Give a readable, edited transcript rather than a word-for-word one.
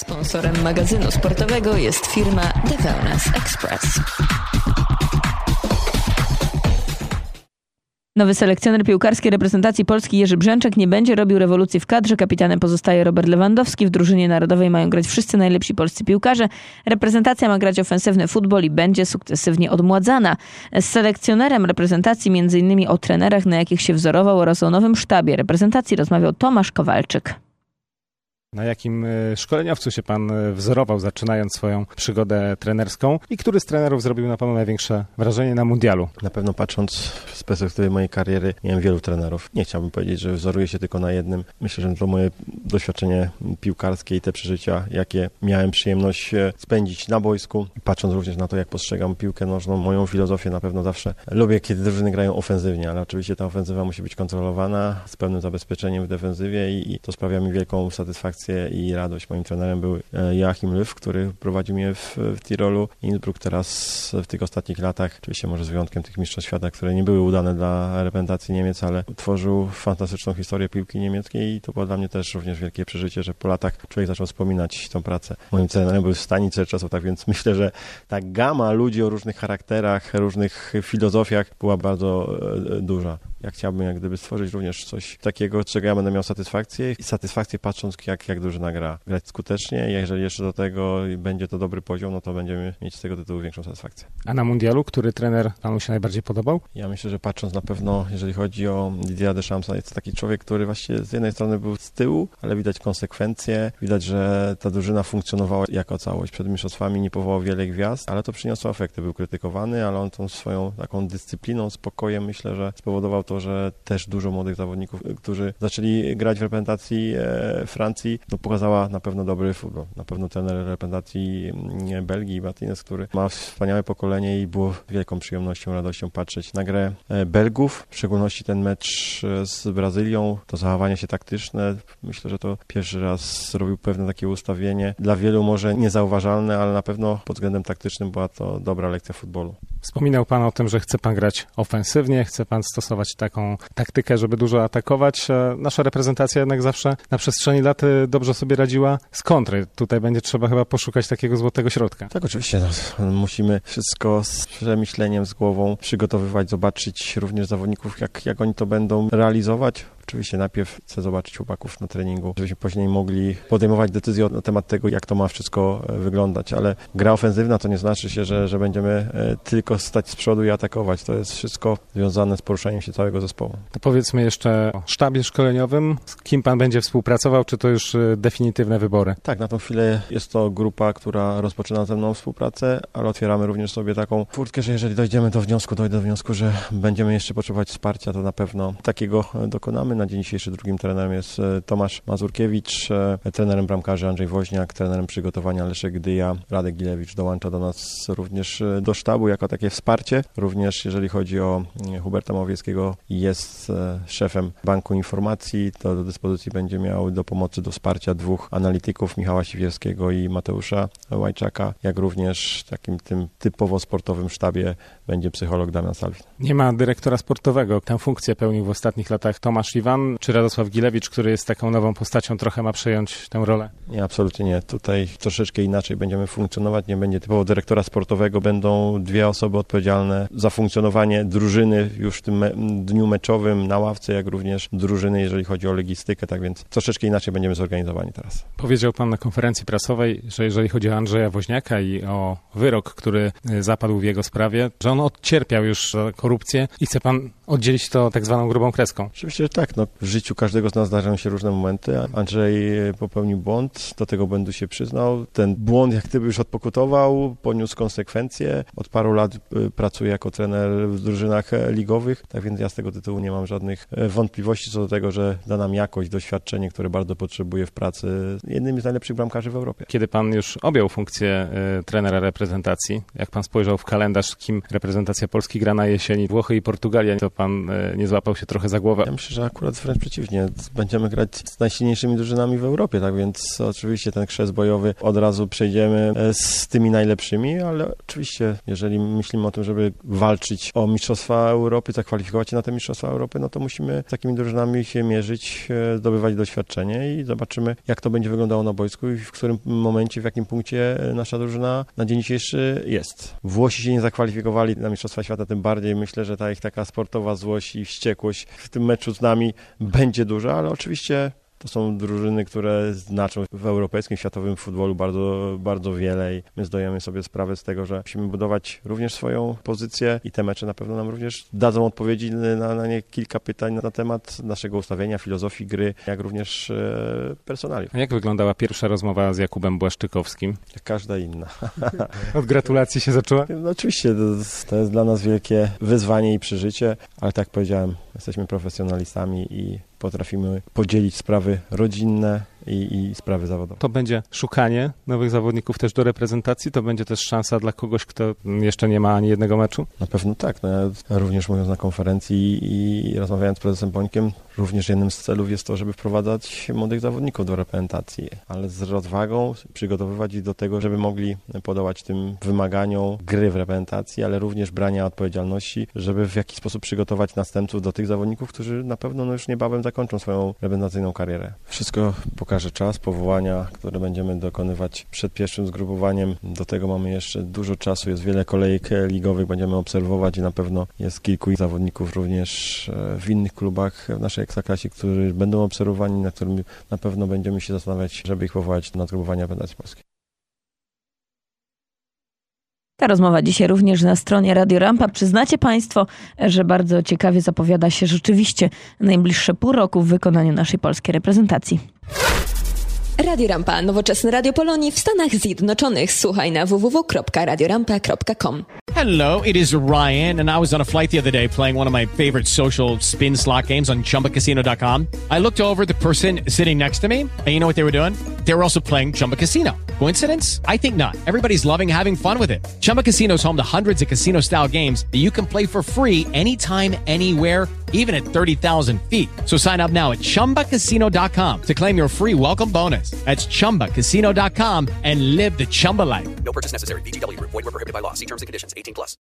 Sponsorem magazynu sportowego jest firma The Wellness Express. Nowy selekcjoner piłkarskiej reprezentacji Polski Jerzy Brzęczek nie będzie robił rewolucji w kadrze. Kapitanem pozostaje Robert Lewandowski. W drużynie narodowej mają grać wszyscy najlepsi polscy piłkarze. Reprezentacja ma grać ofensywny futbol i będzie sukcesywnie odmładzana. Z selekcjonerem reprezentacji m.in. o trenerach, na jakich się wzorował, oraz o nowym sztabie reprezentacji rozmawiał Tomasz Kowalczyk. Na jakim szkoleniowcu się pan wzorował, zaczynając swoją przygodę trenerską i który z trenerów zrobił na panu największe wrażenie na mundialu? Na pewno patrząc z perspektywy mojej kariery, miałem wielu trenerów. Nie chciałbym powiedzieć, że wzoruję się tylko na jednym. Myślę, że to moje doświadczenie piłkarskie i te przeżycia, jakie miałem przyjemność spędzić na boisku, patrząc również na to, jak postrzegam piłkę nożną, moją filozofię na pewno zawsze lubię, kiedy drużyny grają ofensywnie, ale oczywiście ta ofensywa musi być kontrolowana z pewnym zabezpieczeniem w defensywie i to sprawia mi wielką satysfakcję i radość. Moim trenerem był Joachim Löw, który prowadził mnie w Tirolu. Innsbruck teraz w tych ostatnich latach, oczywiście może z wyjątkiem tych mistrzostw świata, które nie były udane dla reprezentacji Niemiec, ale utworzył fantastyczną historię piłki niemieckiej i to było dla mnie też również wielkie przeżycie, że po latach człowiek zaczął wspominać tą pracę. Moim trenerem był Stanic Czerczasow, tak więc myślę, że ta gama ludzi o różnych charakterach, różnych filozofiach była bardzo duża. Ja chciałbym jak gdyby stworzyć również coś takiego, czego ja będę miał satysfakcję i satysfakcję patrząc, jak drużyna gra. Grać skutecznie, jeżeli jeszcze do tego będzie to dobry poziom, no to będziemy mieć z tego tytułu większą satysfakcję. A na mundialu, który trener panu się najbardziej podobał? Ja myślę, że patrząc na pewno, jeżeli chodzi o Didiera Deschampsa, jest to taki człowiek, który właśnie z jednej strony był z tyłu, ale widać konsekwencje, widać, że ta drużyna funkcjonowała jako całość. Przed mistrzostwami nie powołał wiele gwiazd, ale to przyniosło efekty. Był krytykowany, ale on tą swoją taką dyscypliną, spokojem, myślę, że spowodował to, że też dużo młodych zawodników, którzy zaczęli grać w reprezentacji Francji, no pokazała na pewno dobry futbol. Na pewno trener reprezentacji Belgii, Martinez, który ma wspaniałe pokolenie i było wielką przyjemnością, radością patrzeć na grę Belgów, w szczególności ten mecz z Brazylią, to zachowanie się taktyczne. Myślę, że to pierwszy raz zrobił pewne takie ustawienie. Dla wielu może niezauważalne, ale na pewno pod względem taktycznym była to dobra lekcja futbolu. Wspominał pan o tym, że chce pan grać ofensywnie, chce pan stosować taką taktykę, żeby dużo atakować. Nasza reprezentacja jednak zawsze na przestrzeni lat dobrze sobie radziła z kontry. Tutaj będzie trzeba chyba poszukać takiego złotego środka. Tak, oczywiście. No, musimy wszystko z przemyśleniem, z głową przygotowywać, zobaczyć również zawodników, jak oni to będą realizować. Oczywiście najpierw chcę zobaczyć chłopaków na treningu, żebyśmy później mogli podejmować decyzje na temat tego, jak to ma wszystko wyglądać, ale gra ofensywna to nie znaczy się, że będziemy tylko stać z przodu i atakować. To jest wszystko związane z poruszaniem się całego zespołu. To powiedzmy jeszcze o sztabie szkoleniowym. Z kim pan będzie współpracował? Czy to już definitywne wybory? Tak, na tą chwilę jest to grupa, która rozpoczyna ze mną współpracę, ale otwieramy również sobie taką furtkę, że jeżeli dojdę do wniosku, że będziemy jeszcze potrzebować wsparcia, to na pewno takiego dokonamy. Na dzień dzisiejszy drugim trenerem jest Tomasz Mazurkiewicz, trenerem bramkarzy Andrzej Woźniak, trenerem przygotowania Leszek Gdyja, Radek Gilewicz dołącza do nas również do sztabu jako takie wsparcie. Również jeżeli chodzi o Huberta Małowieckiego, jest szefem Banku Informacji, to do dyspozycji będzie miał do pomocy, do wsparcia dwóch analityków, Michała Siwierskiego i Mateusza Łajczaka, jak również takim tym typowo sportowym sztabie będzie psycholog Damian Salwin. Nie ma dyrektora sportowego. Tę funkcję pełnił w ostatnich latach Tomasz Iwan, czy Radosław Gilewicz, który jest taką nową postacią, trochę ma przejąć tę rolę? Nie, absolutnie nie. Tutaj troszeczkę inaczej będziemy funkcjonować. Nie będzie typowo dyrektora sportowego. Będą dwie osoby odpowiedzialne za funkcjonowanie drużyny już w tym dniu meczowym na ławce, jak również drużyny, jeżeli chodzi o logistykę. Tak więc troszeczkę inaczej będziemy zorganizowani teraz. Powiedział pan na konferencji prasowej, że jeżeli chodzi o Andrzeja Woźniaka i o wyrok, który zapadł w jego sprawie, że on odcierpiał już korupcję i chce pan oddzielić to tak zwaną grubą kreską. Oczywiście, że tak. No, w życiu każdego z nas zdarzają się różne momenty. Andrzej popełnił błąd, do tego błędu się przyznał. Ten błąd jak gdyby już odpokutował, poniósł konsekwencje. Od paru lat pracuje jako trener w drużynach ligowych, tak więc ja z tego tytułu nie mam żadnych wątpliwości co do tego, że da nam jakość, doświadczenie, które bardzo potrzebuje w pracy. Jednym z najlepszych bramkarzy w Europie. Kiedy pan już objął funkcję trenera reprezentacji, jak pan spojrzał w kalendarz, kim reprezentacja Polski gra na jesieni, Włochy i Portugalia, to pan nie złapał się trochę za głowę? Ja myślę, że akurat wręcz przeciwnie. Będziemy grać z najsilniejszymi drużynami w Europie, tak więc oczywiście ten chrzest bojowy od razu przejdziemy z tymi najlepszymi, ale oczywiście, jeżeli myślimy o tym, żeby walczyć o Mistrzostwa Europy, zakwalifikować się na te Mistrzostwa Europy, no to musimy z takimi drużynami się mierzyć, zdobywać doświadczenie i zobaczymy, jak to będzie wyglądało na boisku i w którym momencie, w jakim punkcie nasza drużyna na dzień dzisiejszy jest. Włosi się nie zakwalifikowali na Mistrzostwa Świata, tym bardziej myślę, że ta ich taka sportowa złość i wściekłość w tym meczu z nami będzie duża, ale oczywiście to są drużyny, które znaczą w europejskim, światowym futbolu bardzo, bardzo wiele i my zdajemy sobie sprawę z tego, że musimy budować również swoją pozycję i te mecze na pewno nam również dadzą odpowiedzi na nie kilka pytań na temat naszego ustawienia, filozofii gry, jak również personaliów. A jak wyglądała pierwsza rozmowa z Jakubem Błaszczykowskim? Jak każda inna. Od gratulacji się zaczęła? No oczywiście, to jest dla nas wielkie wyzwanie i przeżycie, ale tak jak powiedziałem, jesteśmy profesjonalistami i potrafimy podzielić sprawy rodzinne i sprawy zawodowe. To będzie szukanie nowych zawodników też do reprezentacji? To będzie też szansa dla kogoś, kto jeszcze nie ma ani jednego meczu? Na pewno tak. No ja również mówiąc na konferencji i rozmawiając z prezesem Bońkiem, również jednym z celów jest to, żeby wprowadzać młodych zawodników do reprezentacji, ale z rozwagą przygotowywać ich do tego, żeby mogli podołać tym wymaganiom gry w reprezentacji, ale również brania odpowiedzialności, żeby w jakiś sposób przygotować następców do tych zawodników, którzy na pewno już niebawem zakończą swoją reprezentacyjną karierę. Wszystko pokaże czas, powołania, które będziemy dokonywać przed pierwszym zgrupowaniem. Do tego mamy jeszcze dużo czasu, jest wiele kolejek ligowych, będziemy obserwować i na pewno jest kilku zawodników również w innych klubach w naszej ekstraklasie, którzy będą obserwowani, na którym na pewno będziemy się zastanawiać, żeby ich powołać na zgrupowania reprezentacji polskiej. Ta rozmowa dzisiaj również na stronie Radio Rampa. Przyznacie Państwo, że bardzo ciekawie zapowiada się rzeczywiście najbliższe pół roku w wykonaniu naszej polskiej reprezentacji. Radio Rampa, nowoczesne radio Polonii w Stanach Zjednoczonych. Słuchaj na www.radiorampa.com. Hello, it is Ryan, and I was on a flight the other day playing one of my favorite social spin slot games on ChumbaCasino.com. I looked over at the person sitting next to me, and you know what they were doing? They were also playing Chumba Casino. Coincidence? I think not. Everybody's loving having fun with it. Chumba Casino is home to hundreds of casino-style games that you can play for free anytime, anywhere, even at 30,000 feet. So sign up now at ChumbaCasino.com to claim your free welcome bonus. That's ChumbaCasino.com and live the Chumba life. No purchase necessary. VGW. Void where prohibited by law. See terms and conditions. 18+.